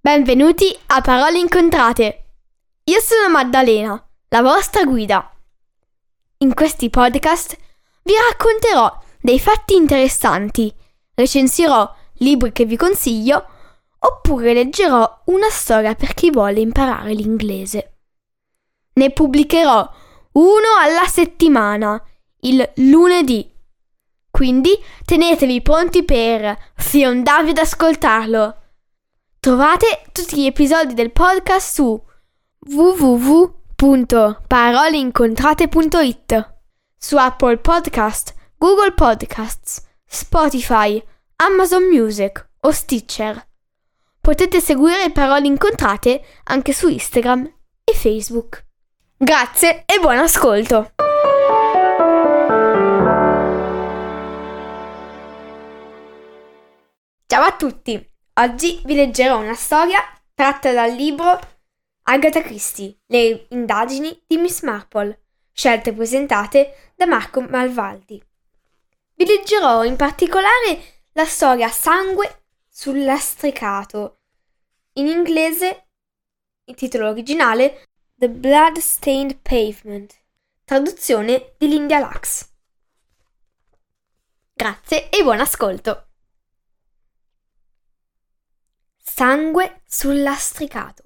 Benvenuti a Parole Incontrate. Io sono Maddalena, la vostra guida. In questi podcast vi racconterò dei fatti interessanti, recensirò libri che vi consiglio, oppure leggerò una storia per chi vuole imparare l'inglese. Ne pubblicherò uno alla settimana, il lunedì. Quindi tenetevi pronti per fiondarvi ad ascoltarlo. Trovate tutti gli episodi del podcast su www.paroleincontrate.it, su Apple Podcast, Google Podcasts, Spotify, Amazon Music o Stitcher. Potete seguire Parole Incontrate anche su Instagram e Facebook. Grazie e buon ascolto! Ciao a tutti! Oggi vi leggerò una storia tratta dal libro Agatha Christie, le indagini di Miss Marple, scelte e presentate da Marco Malvaldi. Vi leggerò in particolare la storia Sangue sul lastricato. In inglese, il titolo originale The Blood-Stained Pavement, traduzione di Linda Lux. Grazie e buon ascolto! Sangue sul lastricato.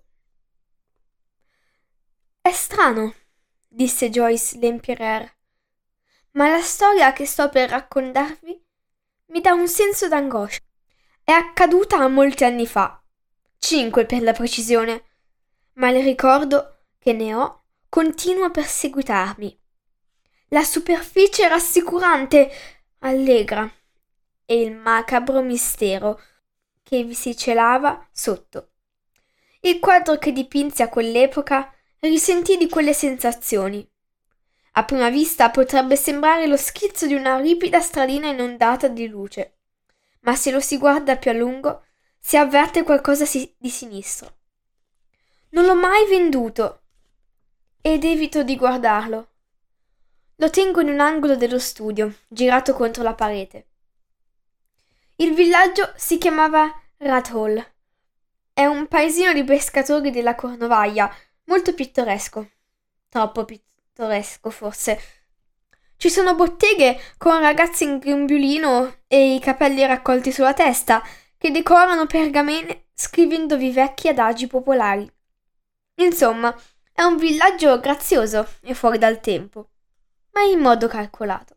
È strano, disse Joyce Lempereur, ma la storia che sto per raccontarvi mi dà un senso d'angoscia. È accaduta molti anni fa, 5 per la precisione, ma il ricordo che ne ho continua a perseguitarmi. La superficie rassicurante, allegra, e il macabro mistero che vi si celava sotto. Il quadro che dipinsi a quell'epoca risentì di quelle sensazioni. A prima vista potrebbe sembrare lo schizzo di una ripida stradina inondata di luce, ma se lo si guarda più a lungo si avverte qualcosa di sinistro. Non l'ho mai venduto ed evito di guardarlo. Lo tengo in un angolo dello studio, girato contro la parete. Il villaggio si chiamava Rathall. È un paesino di pescatori della Cornovaglia, molto pittoresco. Troppo pittoresco, forse. Ci sono botteghe con ragazzi in grembiulino e i capelli raccolti sulla testa che decorano pergamene scrivendovi vecchi adagi popolari. Insomma, è un villaggio grazioso e fuori dal tempo, ma in modo calcolato.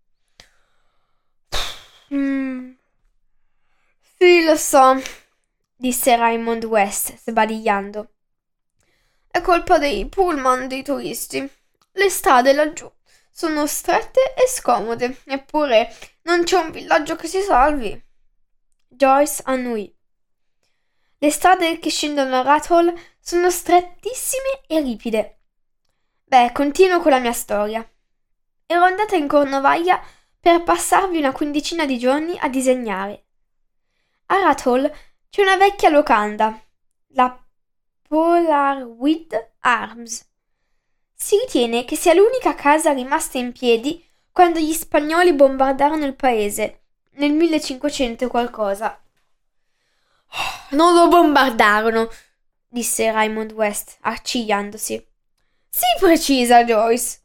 Sì, lo so, disse Raymond West, sbadigliando. È colpa dei pullman dei turisti. Le strade laggiù sono strette e scomode, eppure non c'è un villaggio che si salvi. Joyce annui. Le strade che scendono a Rathall sono strettissime e ripide. Beh, continuo con la mia storia. Ero andata in Cornovaglia per passarvi una quindicina di giorni a disegnare. A Rathall c'è una vecchia locanda, la Polarwood Arms. Si ritiene che sia l'unica casa rimasta in piedi quando gli spagnoli bombardarono il paese, nel 1500 e qualcosa. Non lo bombardarono, disse Raymond West, accigliandosi. Sii precisa, Joyce.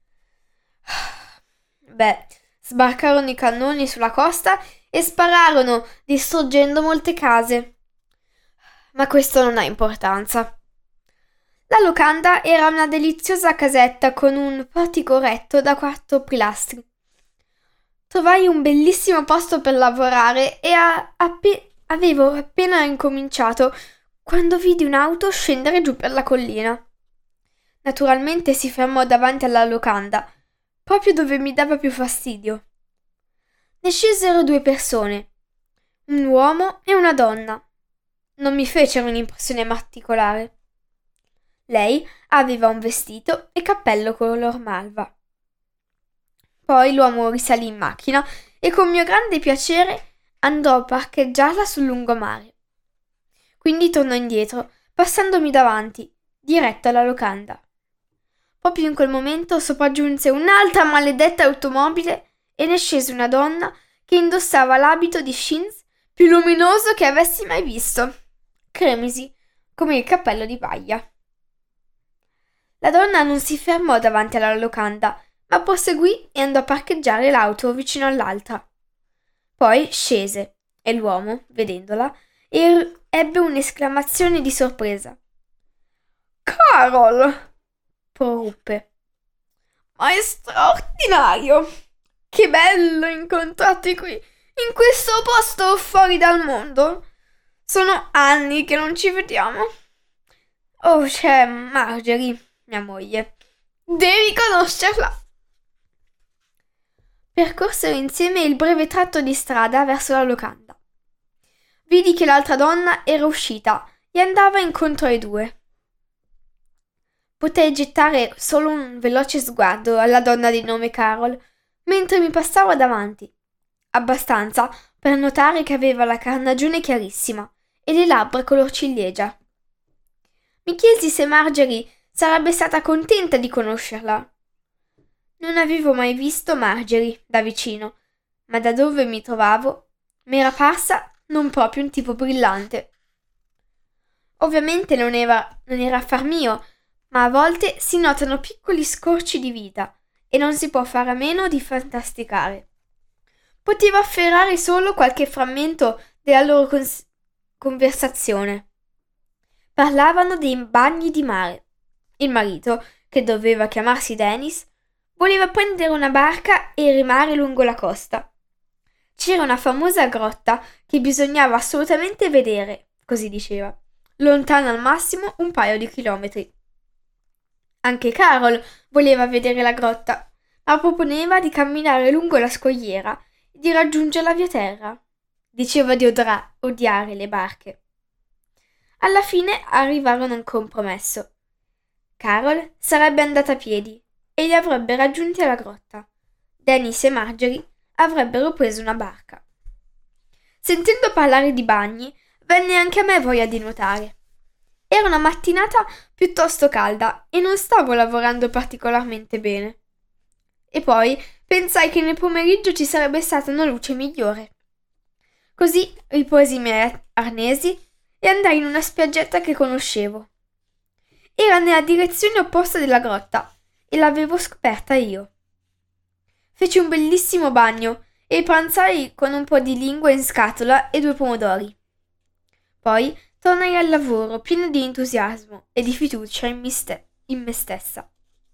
Beh, sbarcarono i cannoni sulla costa e spararono, distruggendo molte case. Ma questo non ha importanza. La locanda era una deliziosa casetta con un portico retto da 4 pilastri. Trovai un bellissimo posto per lavorare e avevo appena incominciato quando vidi un'auto scendere giù per la collina. Naturalmente si fermò davanti alla locanda, proprio dove mi dava più fastidio. Ne scesero 2 persone, un uomo e una donna. Non mi fecero un'impressione particolare. Lei aveva un vestito e cappello color malva. Poi l'uomo risalì in macchina e con mio grande piacere andò a parcheggiarla sul lungomare. Quindi tornò indietro, passandomi davanti, diretto alla locanda. Proprio in quel momento sopraggiunse un'altra maledetta automobile e ne scese una donna che indossava l'abito di Shins più luminoso che avessi mai visto. cremisi come il cappello di paglia. La donna non si fermò davanti alla locanda, ma proseguì e andò a parcheggiare l'auto vicino all'altra. Poi scese e l'uomo, vedendola, ebbe un'esclamazione di sorpresa. «Carol!» proruppe. «Ma è straordinario! Che bello incontrarti qui, in questo posto fuori dal mondo! Sono anni che non ci vediamo. Oh, c'è Marjorie, mia moglie. Devi conoscerla!» Percorsero insieme il breve tratto di strada verso la locanda. Vidi che l'altra donna era uscita e andava incontro ai due. Potei gettare solo un veloce sguardo alla donna di nome Carol mentre mi passavo davanti, abbastanza per notare che aveva la carnagione chiarissima e le labbra color ciliegia. Mi chiesi se Marjorie sarebbe stata contenta di conoscerla. Non avevo mai visto Marjorie da vicino, ma da dove mi trovavo m'era parsa non proprio un tipo brillante. Ovviamente non era affar mio, ma a volte si notano piccoli scorci di vita e non si può fare a meno di fantasticare. Potevo afferrare solo qualche frammento della loro conversazione. Parlavano dei bagni di mare. Il marito, che doveva chiamarsi Dennis, voleva prendere una barca e remare lungo la costa. C'era una famosa grotta che bisognava assolutamente vedere, così diceva, lontana al massimo un paio di chilometri. Anche Carol voleva vedere la grotta, ma proponeva di camminare lungo la scogliera e di raggiungerla via terra. Diceva di odiare le barche. Alla fine arrivarono a un compromesso. Carol sarebbe andata a piedi e li avrebbe raggiunti alla grotta. Dennis e Marjorie avrebbero preso una barca. Sentendo parlare di bagni, venne anche a me voglia di nuotare. Era una mattinata piuttosto calda e non stavo lavorando particolarmente bene. E poi pensai che nel pomeriggio ci sarebbe stata una luce migliore. Così riposi i miei arnesi e andai in una spiaggetta che conoscevo. Era nella direzione opposta della grotta e l'avevo scoperta io. Feci un bellissimo bagno e pranzai con un po' di lingua in scatola e 2 pomodori. Poi tornai al lavoro pieno di entusiasmo e di fiducia in me stessa.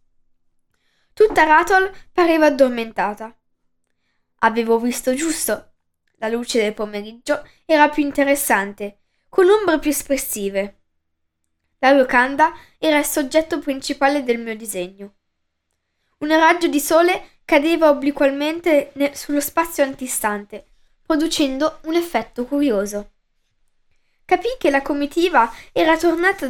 Tutta Rattle pareva addormentata. Avevo visto giusto. La luce del pomeriggio era più interessante, con ombre più espressive. La locanda era il soggetto principale del mio disegno. Un raggio di sole cadeva obliquamente sullo spazio antistante, producendo un effetto curioso. Capii che la comitiva era tornata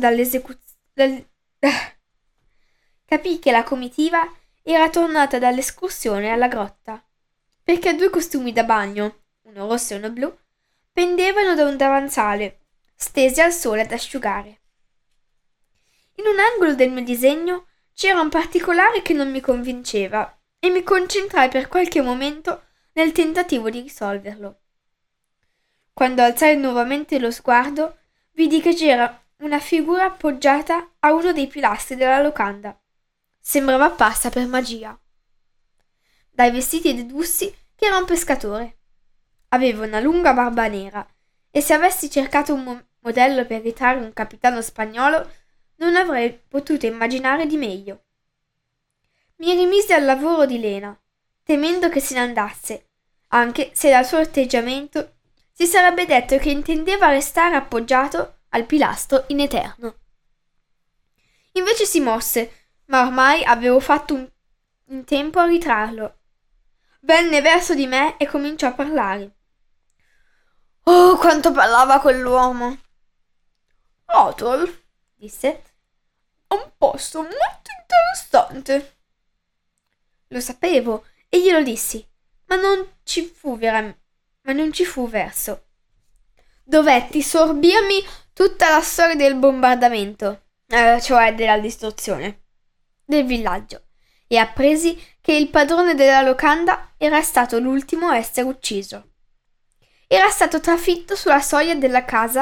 dall'escursione alla grotta, perché 2 costumi da bagno, uno rosso e uno blu, pendevano da un davanzale, stesi al sole ad asciugare. In un angolo del mio disegno c'era un particolare che non mi convinceva e mi concentrai per qualche momento nel tentativo di risolverlo. Quando alzai nuovamente lo sguardo, vidi che c'era una figura appoggiata a uno dei pilastri della locanda. Sembrava apparsa per magia. Dai vestiti dedussi che era un pescatore. Aveva una lunga barba nera e se avessi cercato un modello per ritrarre un capitano spagnolo non avrei potuto immaginare di meglio. Mi rimisi al lavoro di lena, temendo che se ne andasse, anche se dal suo atteggiamento si sarebbe detto che intendeva restare appoggiato al pilastro in eterno. Invece si mosse, ma ormai avevo fatto in tempo a ritrarlo. Venne verso di me e cominciò a parlare. Oh, quanto parlava quell'uomo! Rattle, disse, è un posto molto interessante. Lo sapevo e glielo dissi, ma non ci fu verso. Dovetti sorbirmi tutta la storia del bombardamento, cioè della distruzione del villaggio, e appresi che il padrone della locanda era stato l'ultimo a essere ucciso. Era stato trafitto sulla soglia della casa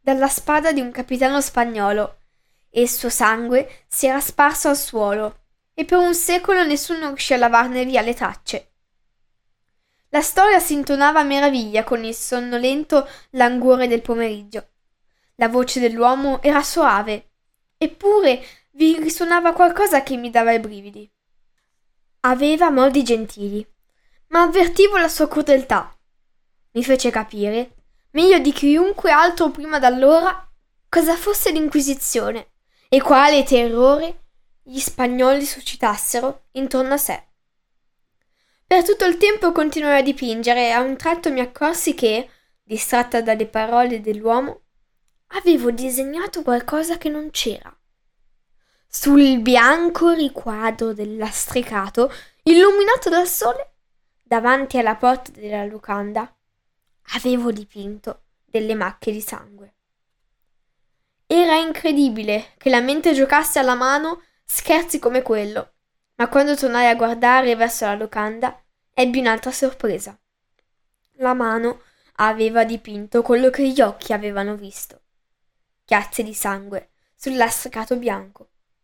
dalla spada di un capitano spagnolo e il suo sangue si era sparso al suolo e per un secolo nessuno riuscì a lavarne via le tracce. La storia si intonava a meraviglia con il sonnolento languore del pomeriggio. La voce dell'uomo era soave, eppure vi risuonava qualcosa che mi dava i brividi. Aveva modi gentili, ma avvertivo la sua crudeltà. Mi fece capire, meglio di chiunque altro prima d'allora, cosa fosse l'Inquisizione e quale terrore gli spagnoli suscitassero intorno a sé. Per tutto il tempo continuai a dipingere e a un tratto mi accorsi che, distratta dalle parole dell'uomo, avevo disegnato qualcosa che non c'era. Sul bianco riquadro del lastricato, illuminato dal sole, davanti alla porta della locanda, avevo dipinto delle macchie di sangue. Era incredibile che la mente giocasse alla mano scherzi come quello, ma quando tornai a guardare verso la locanda, ebbi un'altra sorpresa. La mano aveva dipinto quello che gli occhi avevano visto. Chiazze di sangue sul lastricato bianco.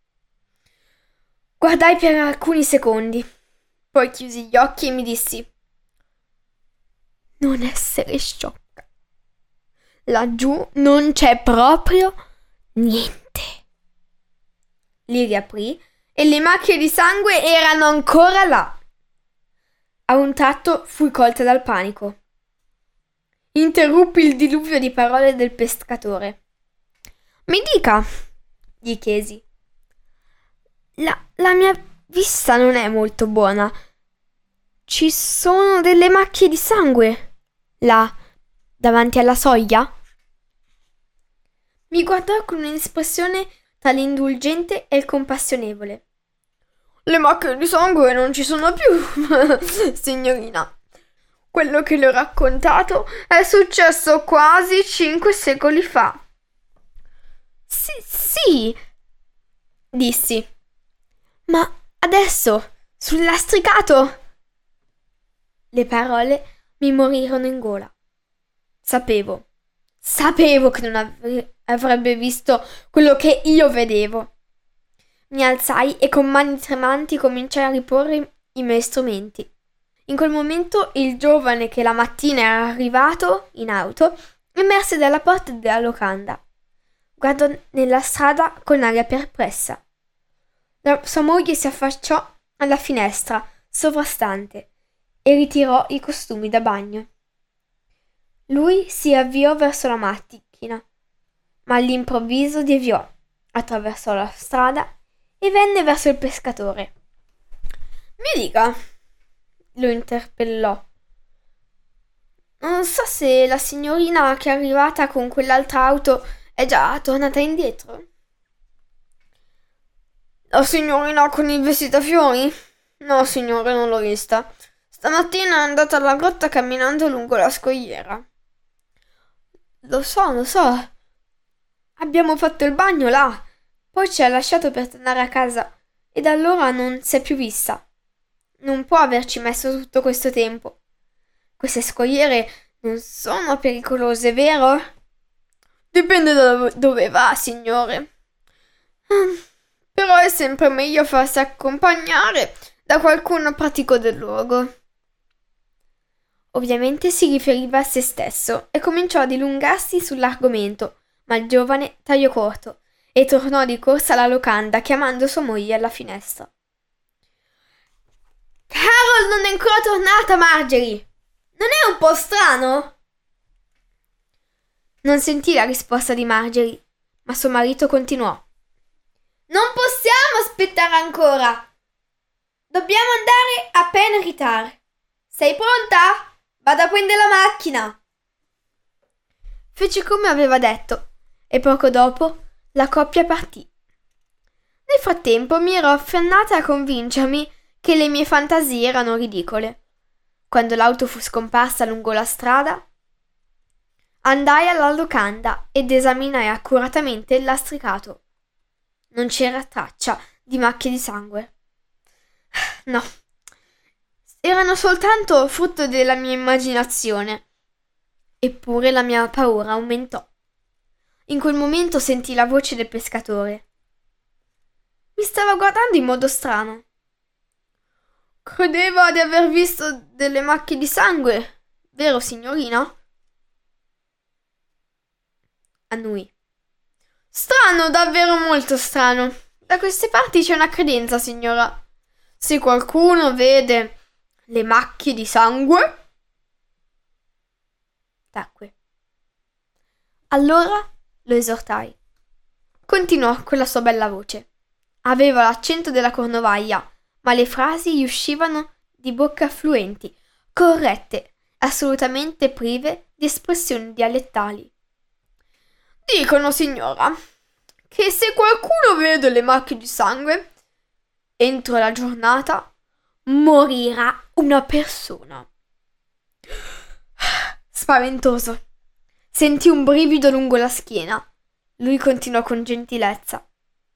Guardai per alcuni secondi, poi chiusi gli occhi e mi dissi: non essere sciocca. Laggiù non c'è proprio niente. Li riaprì e le macchie di sangue erano ancora là. A un tratto fui colta dal panico. Interruppi il diluvio di parole del pescatore. Mi dica, gli chiesi. La mia vista non è molto buona. Ci sono delle macchie di sangue là, davanti alla soglia? Mi guardò con un'espressione tra l'indulgente e il compassionevole. Le macchie di sangue non ci sono più, signorina. Quello che le ho raccontato è successo quasi 5 secoli fa. Sì, dissi. Ma adesso, sul lastricato? Le parole mi morirono in gola. Sapevo che non avrebbe visto quello che io vedevo. Mi alzai e con mani tremanti cominciai a riporre i miei strumenti. In quel momento il giovane che la mattina era arrivato in auto emerse dalla porta della locanda. Guardò nella strada con aria perplessa. Sua moglie si affacciò alla finestra sovrastante e ritirò i costumi da bagno. Lui si avviò verso la macchina, ma all'improvviso deviò, attraversò la strada e venne verso il pescatore. Mi dica, lo interpellò. Non so se la signorina che è arrivata con quell'altra auto è già tornata indietro. La signorina con il vestito a fiori? No, signore, non l'ho vista. Stamattina è andata alla grotta camminando lungo la scogliera. Lo so. Abbiamo fatto il bagno là. Poi ci ha lasciato per tornare a casa e da allora non si è più vista. Non può averci messo tutto questo tempo. Queste scogliere non sono pericolose, vero? Dipende da dove va, signore. Però è sempre meglio farsi accompagnare da qualcuno pratico del luogo. Ovviamente si riferiva a se stesso e cominciò a dilungarsi sull'argomento, ma il giovane tagliò corto e tornò di corsa alla locanda chiamando sua moglie alla finestra. Carol non è ancora tornata, Marjorie! Non è un po' strano? Non sentì la risposta di Marjorie, ma suo marito continuò. Non possiamo aspettare ancora! Dobbiamo andare a Penritar. Sei pronta? Vado a prendere la macchina. Fece come aveva detto e poco dopo la coppia partì. Nel frattempo mi ero affannata a convincermi che le mie fantasie erano ridicole. Quando l'auto fu scomparsa lungo la strada, andai alla locanda ed esaminai accuratamente il lastricato. Non c'era traccia di macchie di sangue. No, erano soltanto frutto della mia immaginazione. Eppure la mia paura aumentò. In quel momento sentì la voce del pescatore. Mi stava guardando in modo strano. Credeva di aver visto delle macchie di sangue, vero, signorina? Annui. Strano, davvero molto strano. Da queste parti c'è una credenza, signora. Se qualcuno vede le macchie di sangue... Tacque. Allora lo esortai. Continuò con la sua bella voce. Aveva l'accento della Cornovaglia, ma le frasi gli uscivano di bocca fluenti, corrette, assolutamente prive di espressioni dialettali. Dicono, signora, che se qualcuno vede le macchie di sangue, entro la giornata morirà una persona. Spaventoso. Sentì un brivido lungo la schiena. Lui continuò con gentilezza.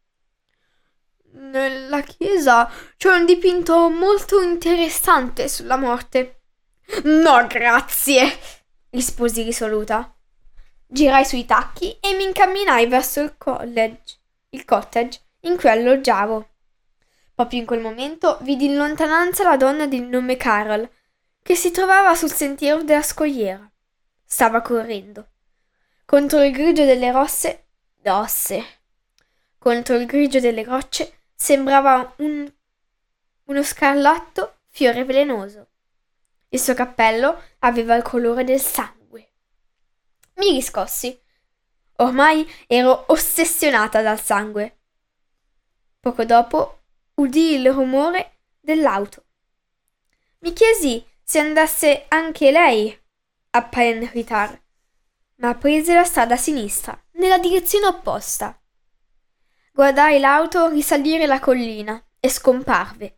Nella chiesa c'è un dipinto molto interessante sulla morte. No, grazie, risposi risoluta. Girai sui tacchi e mi incamminai verso il cottage in cui alloggiavo. Proprio in quel momento vidi in lontananza la donna di nome Carol, che si trovava sul sentiero della scogliera. Stava correndo. Contro il grigio delle contro il grigio delle rocce sembrava uno scarlatto fiore velenoso. Il suo cappello aveva il colore del sangue. Mi riscossi. Ormai ero ossessionata dal sangue. Poco dopo udii il rumore dell'auto. Mi chiesi se andasse anche lei a Penritar, ma prese la strada a sinistra, nella direzione opposta. Guardai l'auto risalire la collina e scomparire.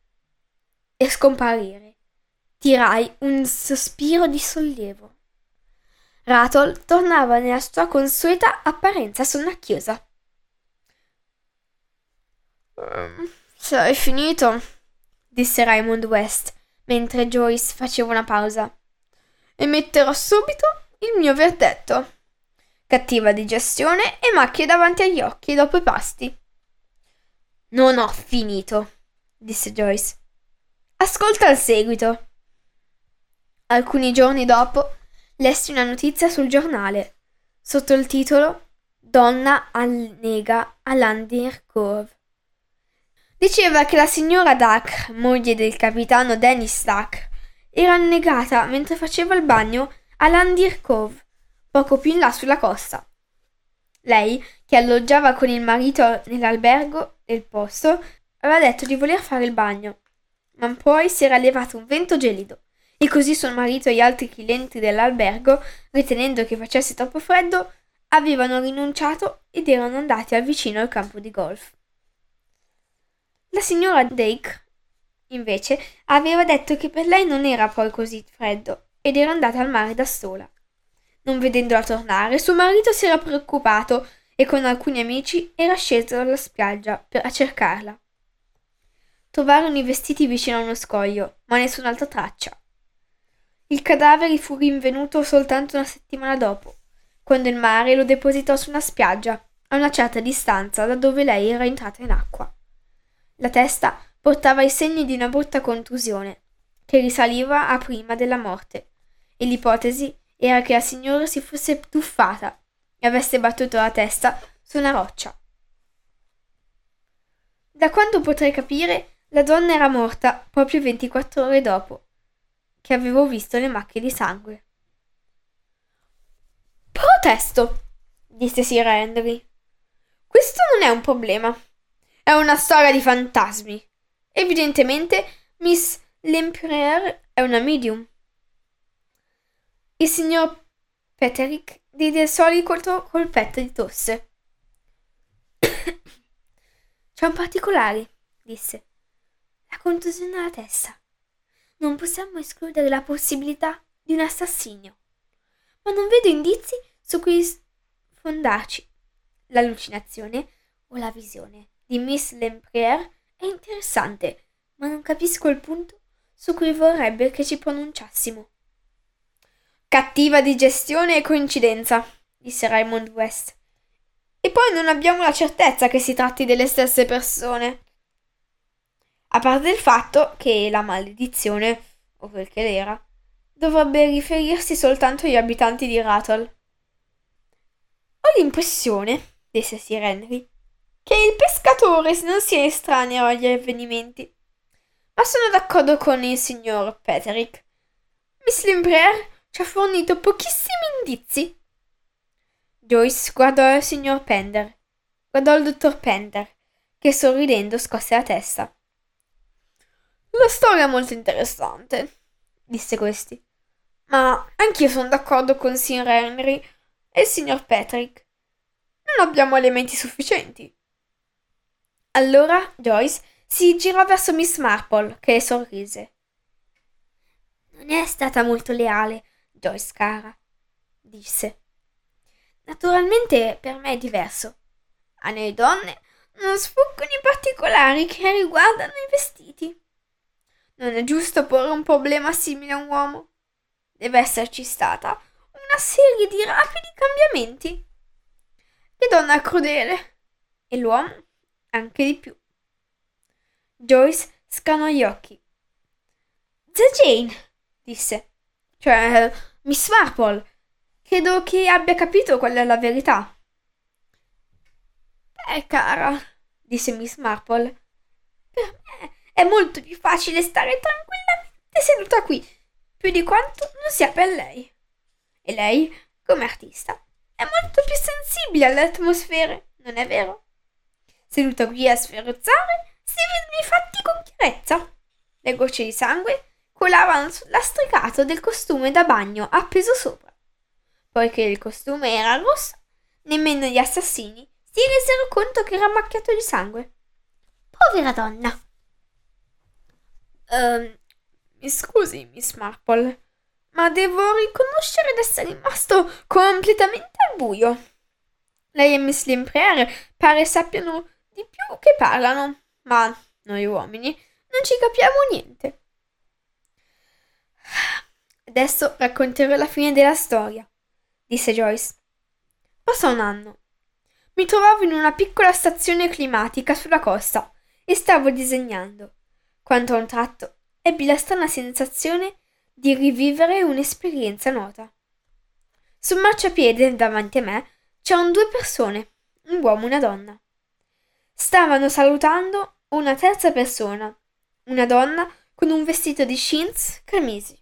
Tirai un sospiro di sollievo. Rattle tornava nella sua consueta apparenza sonnacchiosa. Sei finito? Disse Raymond West, mentre Joyce faceva una pausa. Emetterò subito il mio verdetto. Cattiva digestione e macchie davanti agli occhi dopo i pasti. Non ho finito, disse Joyce. Ascolta il seguito. Alcuni giorni dopo lessi una notizia sul giornale, sotto il titolo Donna annega a Landir Cove. Diceva che la signora Duck, moglie del capitano Dennis Duck, era annegata mentre faceva il bagno a Landir Cove, poco più in là sulla costa. Lei, che alloggiava con il marito nell'albergo del posto, aveva detto di voler fare il bagno, ma poi si era levato un vento gelido, e così suo marito e gli altri clienti dell'albergo, ritenendo che facesse troppo freddo, avevano rinunciato ed erano andati al vicino campo di golf. La signora Dake, invece, aveva detto che per lei non era poi così freddo ed era andata al mare da sola. Non vedendola tornare, suo marito si era preoccupato e con alcuni amici era sceso dalla spiaggia per cercarla. Trovarono i vestiti vicino a uno scoglio, ma nessun'altra traccia. Il cadavere fu rinvenuto soltanto una settimana dopo, quando il mare lo depositò su una spiaggia, a una certa distanza da dove lei era entrata in acqua. La testa portava i segni di una brutta contusione, che risaliva a prima della morte, e l'ipotesi era che la signora si fosse tuffata e avesse battuto la testa su una roccia. Da quanto potrei capire, la donna era morta proprio 24 ore dopo che avevo visto le macchie di sangue. Protesto, disse Sir Henry. Questo non è un problema. È una storia di fantasmi. Evidentemente Miss Lempriere è una medium. Il signor Peterick diede il solito colpetto di tosse. C'è un particolare, disse. La contusione alla testa. Non possiamo escludere la possibilità di un assassinio, ma non vedo indizi su cui fondarci. L'allucinazione o la visione di Miss Lempriere è interessante, ma non capisco il punto su cui vorrebbe che ci pronunciassimo. Cattiva digestione e coincidenza, disse Raymond West. E poi non abbiamo la certezza che si tratti delle stesse persone. A parte il fatto che la maledizione, o quel che l'era, dovrebbe riferirsi soltanto agli abitanti di Rattle. Ho l'impressione, disse Sir Henry, che il pescatore non sia estraneo agli avvenimenti. Ma sono d'accordo con il signor Peterick. Miss Limpreer ci ha fornito pochissimi indizi. Joyce guardò il signor Pender, guardò il dottor Pender, che sorridendo scosse la testa. La storia è molto interessante, disse questi, ma anch'io sono d'accordo con Sir Henry e il signor Patrick. Non abbiamo elementi sufficienti. Allora Joyce si girò verso Miss Marple, che le sorrise. Non è stata molto leale, Joyce cara, disse. Naturalmente per me è diverso. A noi donne non sfuggono i particolari che riguardano i vestiti. Non è giusto porre un problema simile a un uomo. Deve esserci stata una serie di rapidi cambiamenti. La donna è crudele e l'uomo anche di più. Joyce scanò gli occhi. Zia Jane, disse, cioè Miss Marple, credo che abbia capito qual è la verità. Cara, disse Miss Marple, per me è molto più facile stare tranquillamente seduta qui, più di quanto non sia per lei. E lei, come artista, è molto più sensibile alle atmosfere, non è vero? Seduta qui a sferruzzare, si vedono i fatti con chiarezza. Le gocce di sangue colavano sul lastricato del costume da bagno appeso sopra. Poiché il costume era rosso, nemmeno gli assassini si resero conto che era macchiato di sangue. Povera donna. Mi scusi, Miss Marple, ma devo riconoscere d'essere rimasto completamente al buio. Lei e Miss Limpreer pare sappiano di più che parlano, ma noi uomini non ci capiamo niente. Adesso racconterò la fine della storia, disse Joyce. Passò un anno. Mi trovavo in una piccola stazione climatica sulla costa e stavo disegnando, quando a un tratto ebbi la strana sensazione di rivivere un'esperienza nota. Sul marciapiede davanti a me c'erano due persone, un uomo e una donna. Stavano salutando una terza persona, una donna con un vestito di chintz cremisi.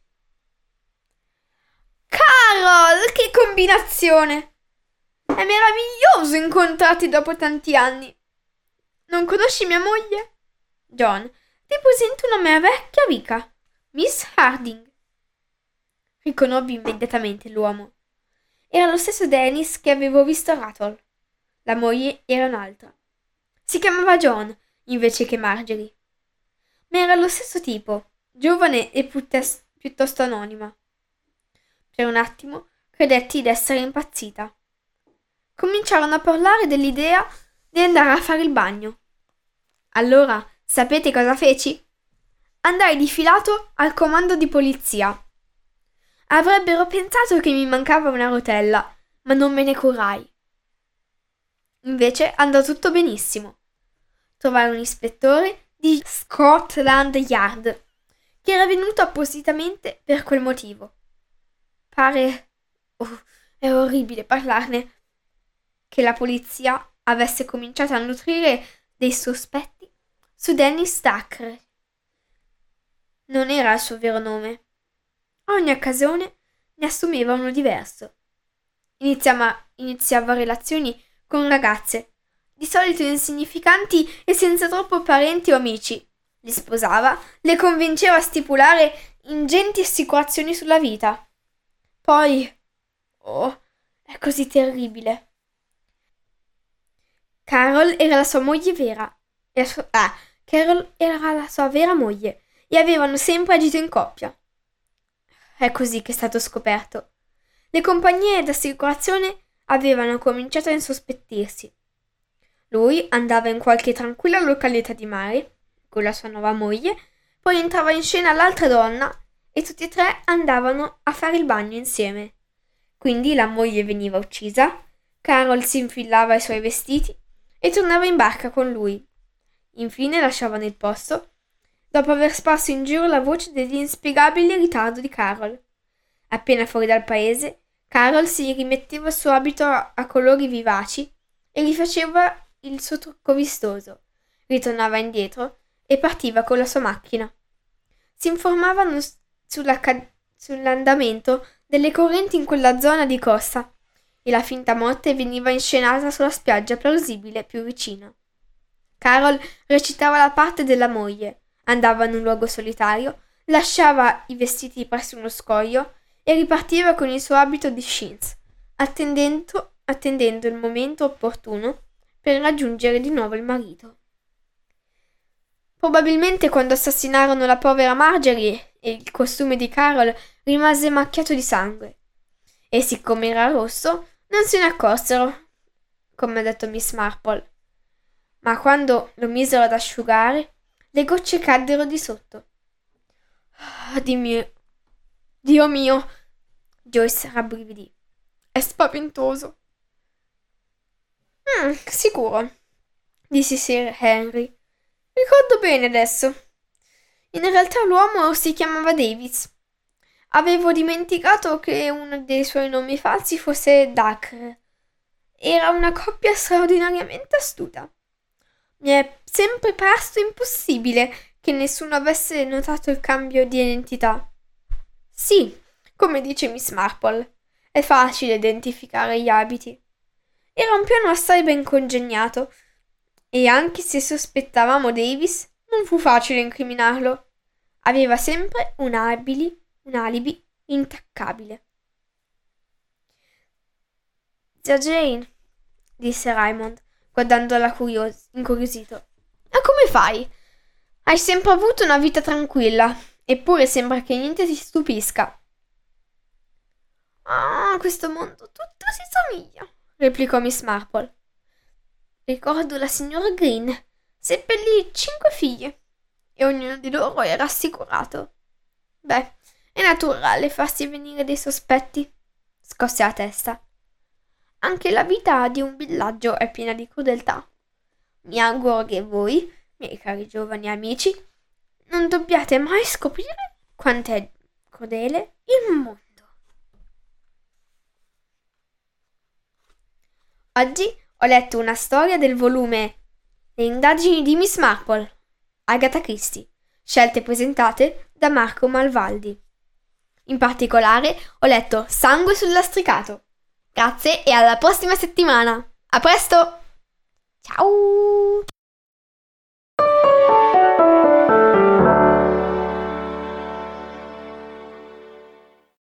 Carol, che combinazione! È meraviglioso incontrarti dopo tanti anni. Non conosci mia moglie? John, ti presento una mia vecchia amica, Miss Harding. Riconobbi immediatamente l'uomo. Era lo stesso Dennis che avevo visto a Rattle. La moglie era un'altra. Si chiamava John invece che Marjorie. Ma era lo stesso tipo, giovane e piuttosto anonima. Per un attimo credetti d'essere impazzita. Cominciarono a parlare dell'idea di andare a fare il bagno. Allora, sapete cosa feci? Andai di filato al comando di polizia. Avrebbero pensato che mi mancava una rotella, ma non me ne curai. Invece andò tutto benissimo. Trovai un ispettore di Scotland Yard, che era venuto appositamente per quel motivo. Pare, è orribile parlarne, che la polizia avesse cominciato a nutrire dei sospetti su Dennis Thackeray. Non era il suo vero nome. A ogni occasione ne assumeva uno diverso. Iniziava relazioni con ragazze, di solito insignificanti e senza troppo parenti o amici. Li sposava, le convinceva a stipulare ingenti assicurazioni sulla vita. Poi, è così terribile. Carol era la sua moglie vera. Carol era la sua vera moglie e avevano sempre agito in coppia. È così che è stato scoperto. Le compagnie d'assicurazione avevano cominciato a insospettirsi. Lui andava in qualche tranquilla località di mare con la sua nuova moglie, poi entrava in scena l'altra donna e tutti e tre andavano a fare il bagno insieme. Quindi la moglie veniva uccisa, Carol si infilava i suoi vestiti e tornava in barca con lui. Infine lasciavano il posto, dopo aver sparso in giro la voce dell'inspiegabile ritardo di Carol. Appena fuori dal paese, Carol si rimetteva il suo abito a colori vivaci e rifaceva il suo trucco vistoso. Ritornava indietro e partiva con la sua macchina. Si informavano sull'andamento delle correnti in quella zona di costa e la finta morte veniva inscenata sulla spiaggia plausibile più vicina. Carol recitava la parte della moglie, andava in un luogo solitario, lasciava i vestiti presso uno scoglio e ripartiva con il suo abito di chintz, attendendo il momento opportuno per raggiungere di nuovo il marito. Probabilmente quando assassinarono la povera Marjorie e il costume di Carol rimase macchiato di sangue. E siccome era rosso, non se ne accorsero, come ha detto Miss Marple. Ma quando lo misero ad asciugare, le gocce caddero di sotto. Dio mio! Joyce rabbrividì. È spaventoso. Sicuro, disse Sir Henry. Ricordo bene adesso. In realtà l'uomo si chiamava Davis. Avevo dimenticato che uno dei suoi nomi falsi fosse Dacre. Era una coppia straordinariamente astuta. Mi è sempre parso impossibile che nessuno avesse notato il cambio di identità. Sì, come dice Miss Marple, è facile identificare gli abiti. Era un piano assai ben congegnato, e anche se sospettavamo Davis, non fu facile incriminarlo. Aveva sempre un alibi intaccabile. Zia Jane, disse Raymond, guardandola incuriosito. Ma come fai? Hai sempre avuto una vita tranquilla, eppure sembra che niente ti stupisca. Ah, questo mondo tutto si somiglia, replicò Miss Marple. Ricordo la signora Green, seppellì 5 figlie, e ognuno di loro era assicurato. Beh, è naturale farsi venire dei sospetti, scosse la testa. Anche la vita di un villaggio è piena di crudeltà. Mi auguro che voi, miei cari giovani amici, non dobbiate mai scoprire quant'è crudele il mondo. Oggi ho letto una storia del volume Le indagini di Miss Marple, Agatha Christie, scelte e presentate da Marco Malvaldi. In particolare ho letto Sangue sul lastricato. Grazie e alla prossima settimana. A presto!